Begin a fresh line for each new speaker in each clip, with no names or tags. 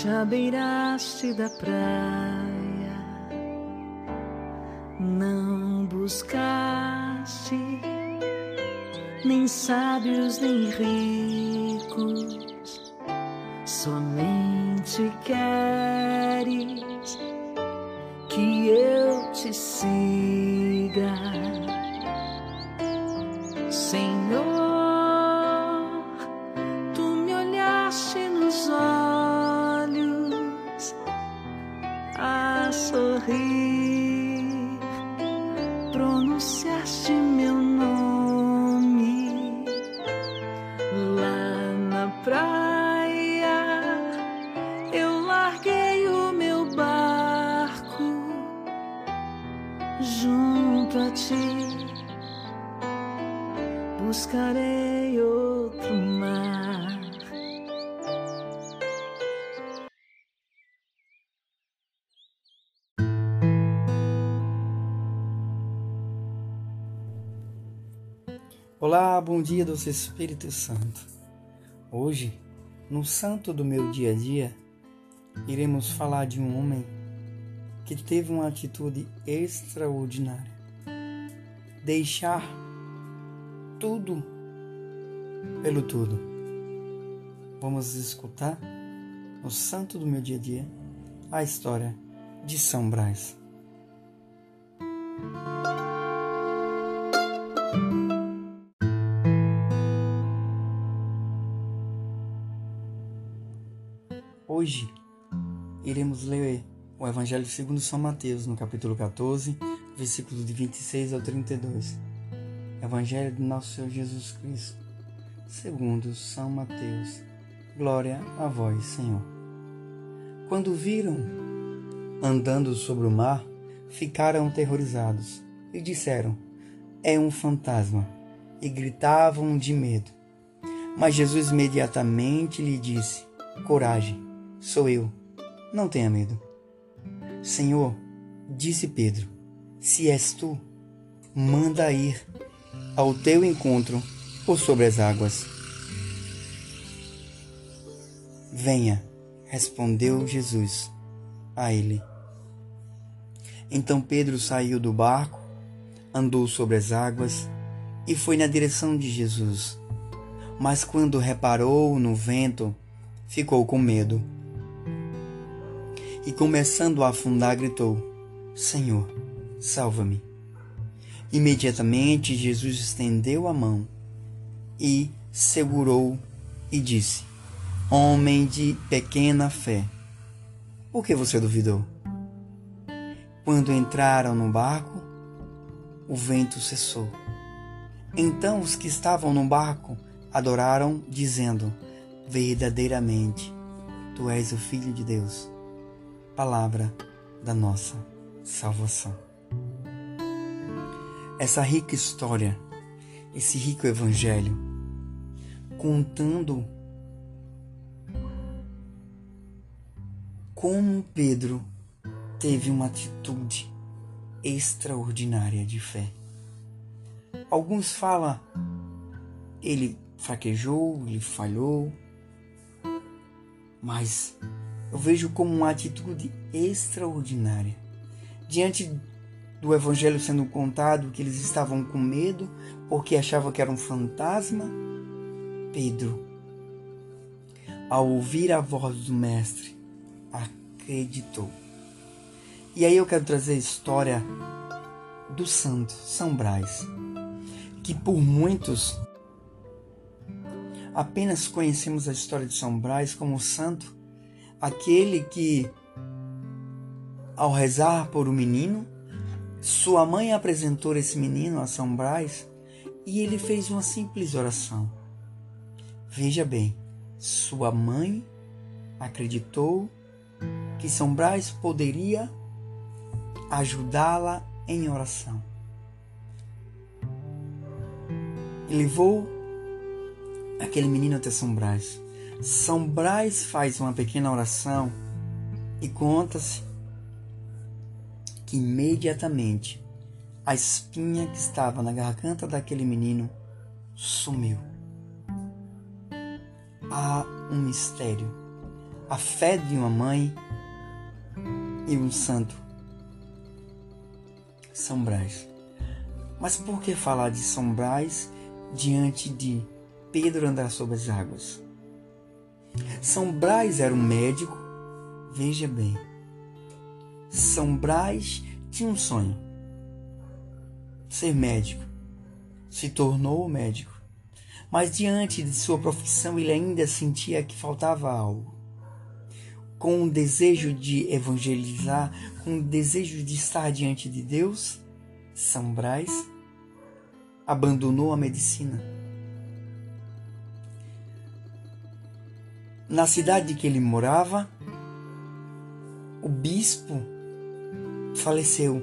te abeiraste da praia, não buscaste nem sábios nem ricos, somente queres que eu te siga, Senhor. Tu me olhaste nos olhos a sorrir, pronunciaste meu nome lá na praia. Eu larguei o meu barco junto a ti, buscarei outro mar.
Olá, bom dia, doce Espírito Santo. Hoje, no santo do meu dia a dia, iremos falar de um homem que teve uma atitude extraordinária. Deixar tudo pelo tudo. Vamos escutar, no santo do meu dia a dia, a história de São Brás. Hoje, iremos ler o Evangelho segundo São Mateus, no capítulo 14, versículos de 26 ao 32. Evangelho de Nosso Senhor Jesus Cristo, segundo São Mateus. Glória a vós, Senhor. Quando viram andando sobre o mar, ficaram aterrorizados e disseram: é um fantasma, e gritavam de medo. Mas Jesus imediatamente lhe disse: coragem, sou eu, não tenha medo. Senhor, disse Pedro, se és tu, manda ir ao teu encontro por sobre as águas. Venha, respondeu Jesus a ele. Então Pedro saiu do barco, andou sobre as águas e foi na direção de Jesus. Mas quando reparou no vento, ficou com medo. E começando a afundar, gritou: Senhor, salva-me. Imediatamente Jesus estendeu a mão e segurou e disse: homem de pequena fé, por que você duvidou? Quando entraram no barco, o vento cessou. Então os que estavam no barco adoraram, dizendo: verdadeiramente, tu és o Filho de Deus. Palavra da nossa salvação. Essa rica história, esse rico evangelho, contando como Pedro teve uma atitude extraordinária de fé. Alguns falam, ele fraquejou, ele falhou, mas eu vejo como uma atitude extraordinária. Diante do evangelho sendo contado que eles estavam com medo porque achavam que era um fantasma, Pedro, ao ouvir a voz do mestre, acreditou. E aí eu quero trazer a história do santo São Brás, que por muitos apenas conhecemos a história de São Brás como santo, aquele que, ao rezar por um menino, sua mãe apresentou esse menino a São Brás e ele fez uma simples oração. Veja bem, sua mãe acreditou que São Brás poderia ajudá-la em oração. E levou aquele menino até São Brás. São Brás faz uma pequena oração e conta-se que imediatamente a espinha que estava na garganta daquele menino sumiu. Há um mistério, a fé de uma mãe e um santo, São Brás. Mas por que falar de São Brás diante de Pedro andar sobre as águas? São Brás era um médico, veja bem. São Brás tinha um sonho, ser médico. Se tornou médico. Mas diante de sua profissão ele ainda sentia que faltava algo. Com o desejo de evangelizar, com o desejo de estar diante de Deus, São Brás abandonou a medicina. Na cidade que ele morava, o bispo faleceu.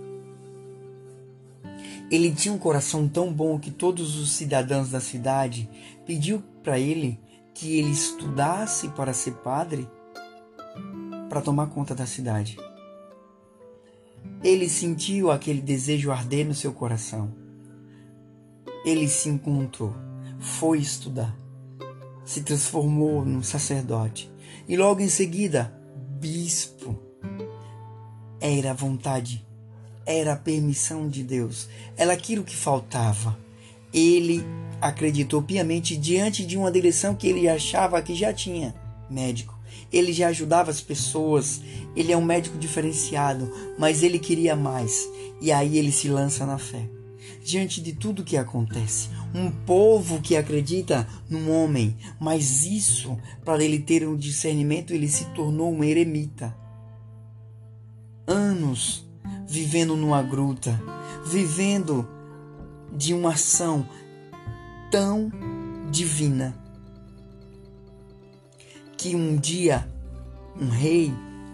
Ele tinha um coração tão bom que todos os cidadãos da cidade pediu para ele que ele estudasse para ser padre, para tomar conta da cidade. Ele sentiu aquele desejo arder no seu coração. Ele se encontrou, foi estudar, se transformou num sacerdote e logo em seguida, bispo. Era a vontade, era a permissão de Deus, era aquilo que faltava. Ele acreditou piamente diante de uma direção que ele achava que já tinha, médico. Ele já ajudava as pessoas, ele é um médico diferenciado, mas ele queria mais. E aí ele se lança na fé. Diante de tudo que acontece, um povo que acredita num homem, mas isso, para ele ter um discernimento, ele se tornou um eremita. Anos vivendo numa gruta, vivendo de uma ação tão divina, que um dia um rei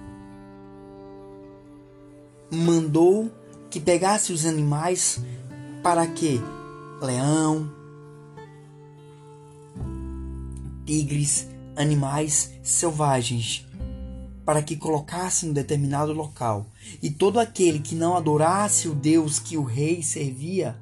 mandou que pegasse os animais para que leão, tigres, animais selvagens, para que colocasse em um determinado local. E todo aquele que não adorasse o Deus que o rei servia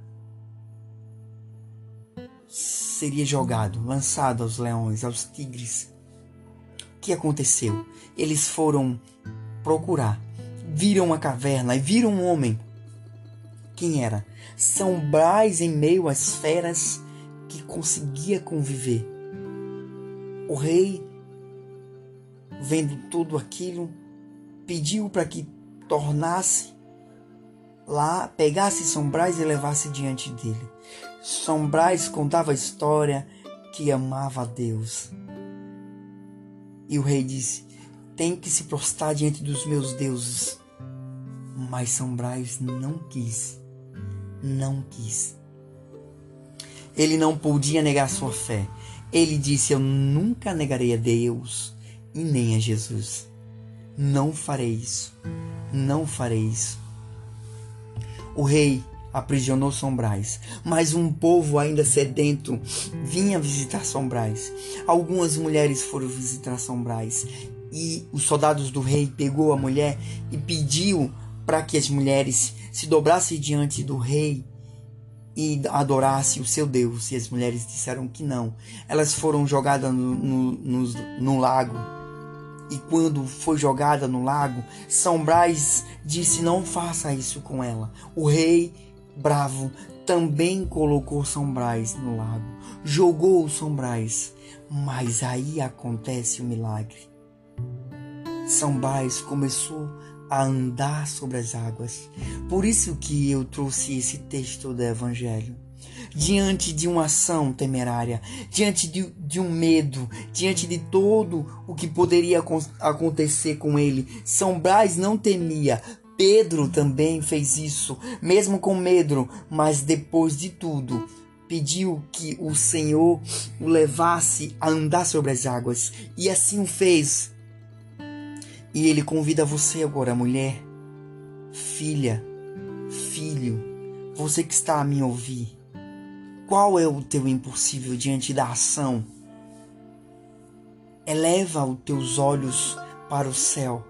seria jogado, lançado aos leões, aos tigres. O que aconteceu? Eles foram procurar, viram uma caverna e viram um homem. Quem era? São Brás em meio às feras que conseguia conviver. O rei, vendo tudo aquilo, pediu para que tornasse lá, pegasse São Brás e levasse diante dele. São Brás contava a história que amava a Deus. E o rei disse: tem que se prostrar diante dos meus deuses. Mas São Brás não quis. Não quis. Ele não podia negar sua fé. Ele disse: eu nunca negarei a Deus e nem a Jesus. Não farei isso. Não farei isso. O rei aprisionou São Brás, mas um povo ainda sedento vinha visitar São Brás. Algumas mulheres foram visitar São Brás e os soldados do rei pegou a mulher e pediu para que as mulheres se dobrassem diante do rei e adorassem o seu Deus. E as mulheres disseram que não. Elas foram jogadas no lago. E quando foi jogada no lago, São Brás disse: não faça isso com ela. O rei, bravo, também colocou São Brás no lago. Jogou São Brás. Mas aí acontece o milagre. São Brás começou a andar sobre as águas. Por isso que eu trouxe esse texto do Evangelho. Diante de uma ação temerária, diante de um medo, diante de todo o que poderia acontecer com ele, São Brás não temia. Pedro também fez isso, mesmo com medo, mas depois de tudo, pediu que o Senhor o levasse a andar sobre as águas, e assim o fez. E ele convida você agora, mulher, filha, filho, você que está a me ouvir. Qual é o teu impossível diante da ação? Eleva os teus olhos para o céu.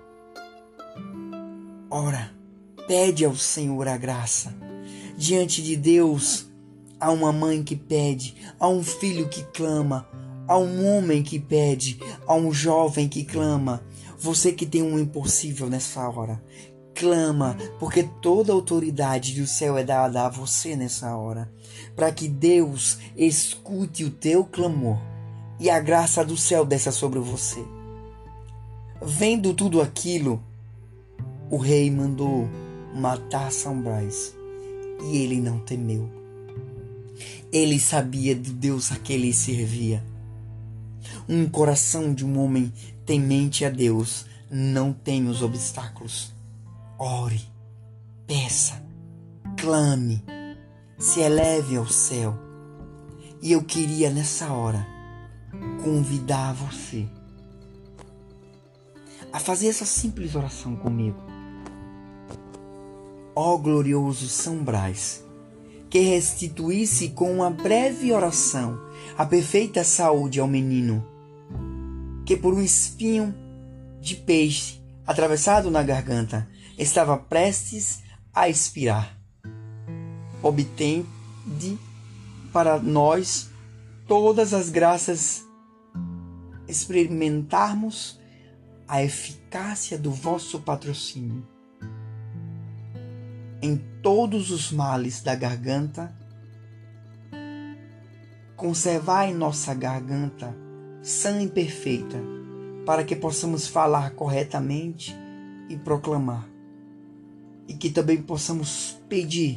Ora, pede ao Senhor a graça. Diante de Deus, há uma mãe que pede, há um filho que clama, há a um homem que pede, a um jovem que clama. Você que tem um impossível nessa hora, clama, porque toda a autoridade do céu é dada a você nessa hora, para que Deus escute o teu clamor e a graça do céu desça sobre você. Vendo tudo aquilo, o rei mandou matar São Brás e ele não temeu. Ele sabia do Deus a que ele servia. Um coração de um homem temente a Deus não tem os obstáculos. Ore, peça, clame, se eleve ao céu. E eu queria nessa hora convidar você a fazer essa simples oração comigo. Ó glorioso São Brás, que restituísse com uma breve oração a perfeita saúde ao menino, que por um espinho de peixe atravessado na garganta estava prestes a expirar. Obtende para nós todas as graças, experimentarmos a eficácia do vosso patrocínio em todos os males da garganta. Conservai nossa garganta sã e perfeita, para que possamos falar corretamente e proclamar, e que também possamos pedir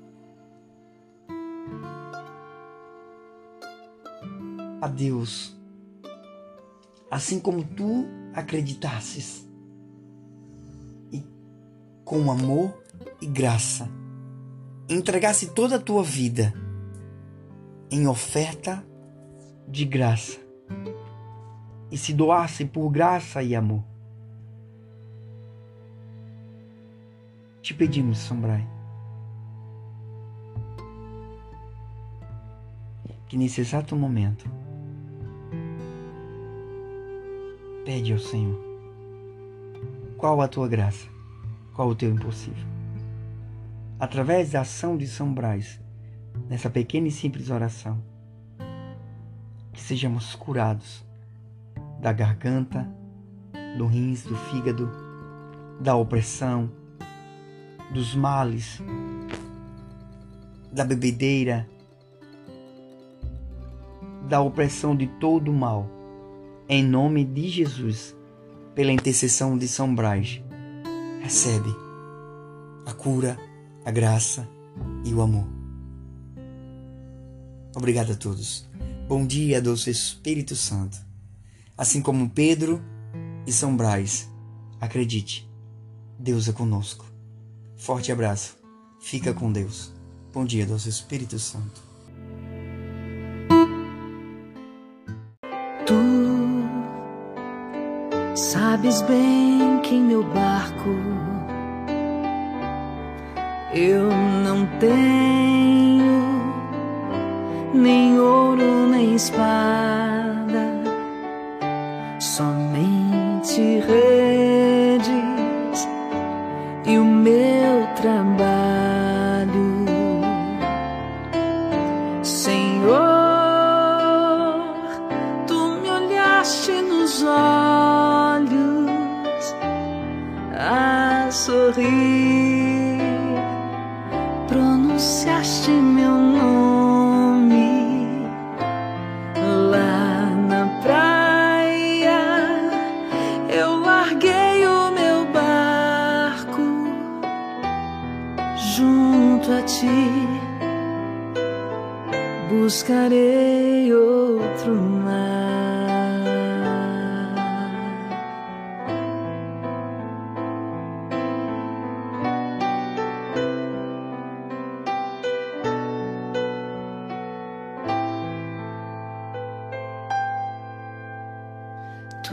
a Deus, assim como tu acreditasses, e com amor e graça entregasse toda a tua vida em oferta de graça e se doasse por graça e amor. Te pedimos, São Brás, que nesse exato momento pede ao Senhor qual a tua graça, qual o teu impossível. Através da ação de São Brás, nessa pequena e simples oração, que sejamos curados da garganta, do rins, do fígado, da opressão, dos males, da bebedeira, da opressão de todo o mal. Em nome de Jesus, pela intercessão de São Brás, recebe a cura, a graça e o amor. Obrigado a todos. Bom dia, doce Espírito Santo. Assim como Pedro e São Brás, acredite, Deus é conosco. Forte abraço. Fica com Deus. Bom dia, doce Espírito Santo.
Tu sabes bem que em meu barco eu não tenho nem ouro nem espada, somente redes e o meu trabalho. Senhor, tu me olhaste nos olhos a sorrir, pronunciaste meu nome lá na praia. Eu larguei o meu barco junto a ti, buscarei outro mar. Tu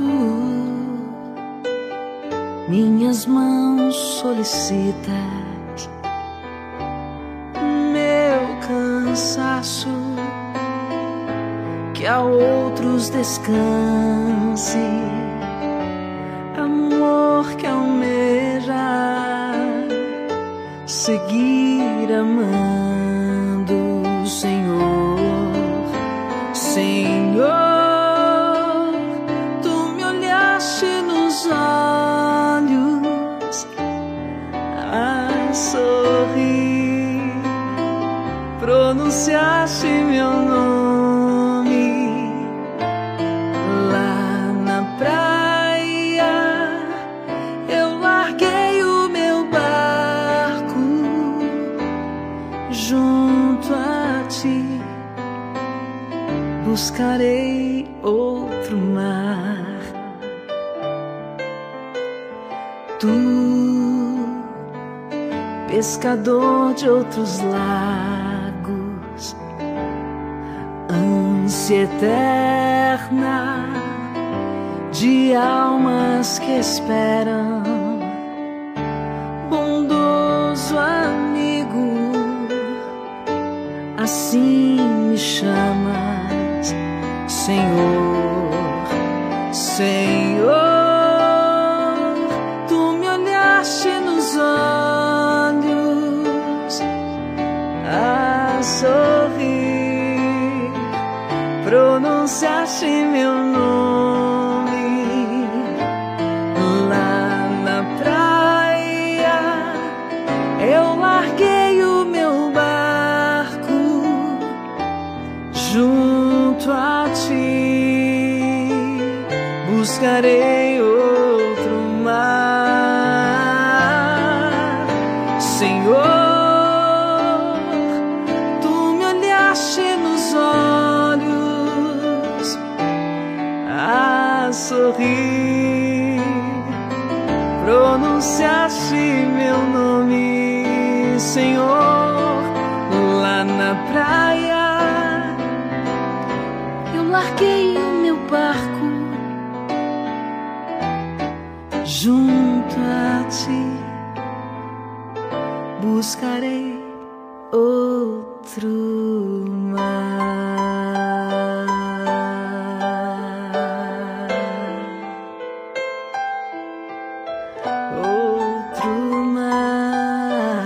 minhas mãos solicitas, meu cansaço, que a outros descanse, amor que almeja seguir amando, Senhor, Senhor. pronunciaste meu nome lá na praia. Eu larguei o meu barco junto a ti, buscarei outro mar. Tu, pescador de outros lagos, ânsia eterna de almas que esperam, bondoso amigo, assim me chamas, Senhor, Senhor. Tu me olhaste nos olhos a sorrir, pronunciaste meu nome lá na praia. Eu larguei o meu barco junto a ti, buscarei outro mar. Senhor, tu me olhaste nos olhos a sorrir, pronunciaste meu nome, Senhor, lá na praia. Eu larguei o meu barco junto a ti, buscarei outro mar. Outro mar.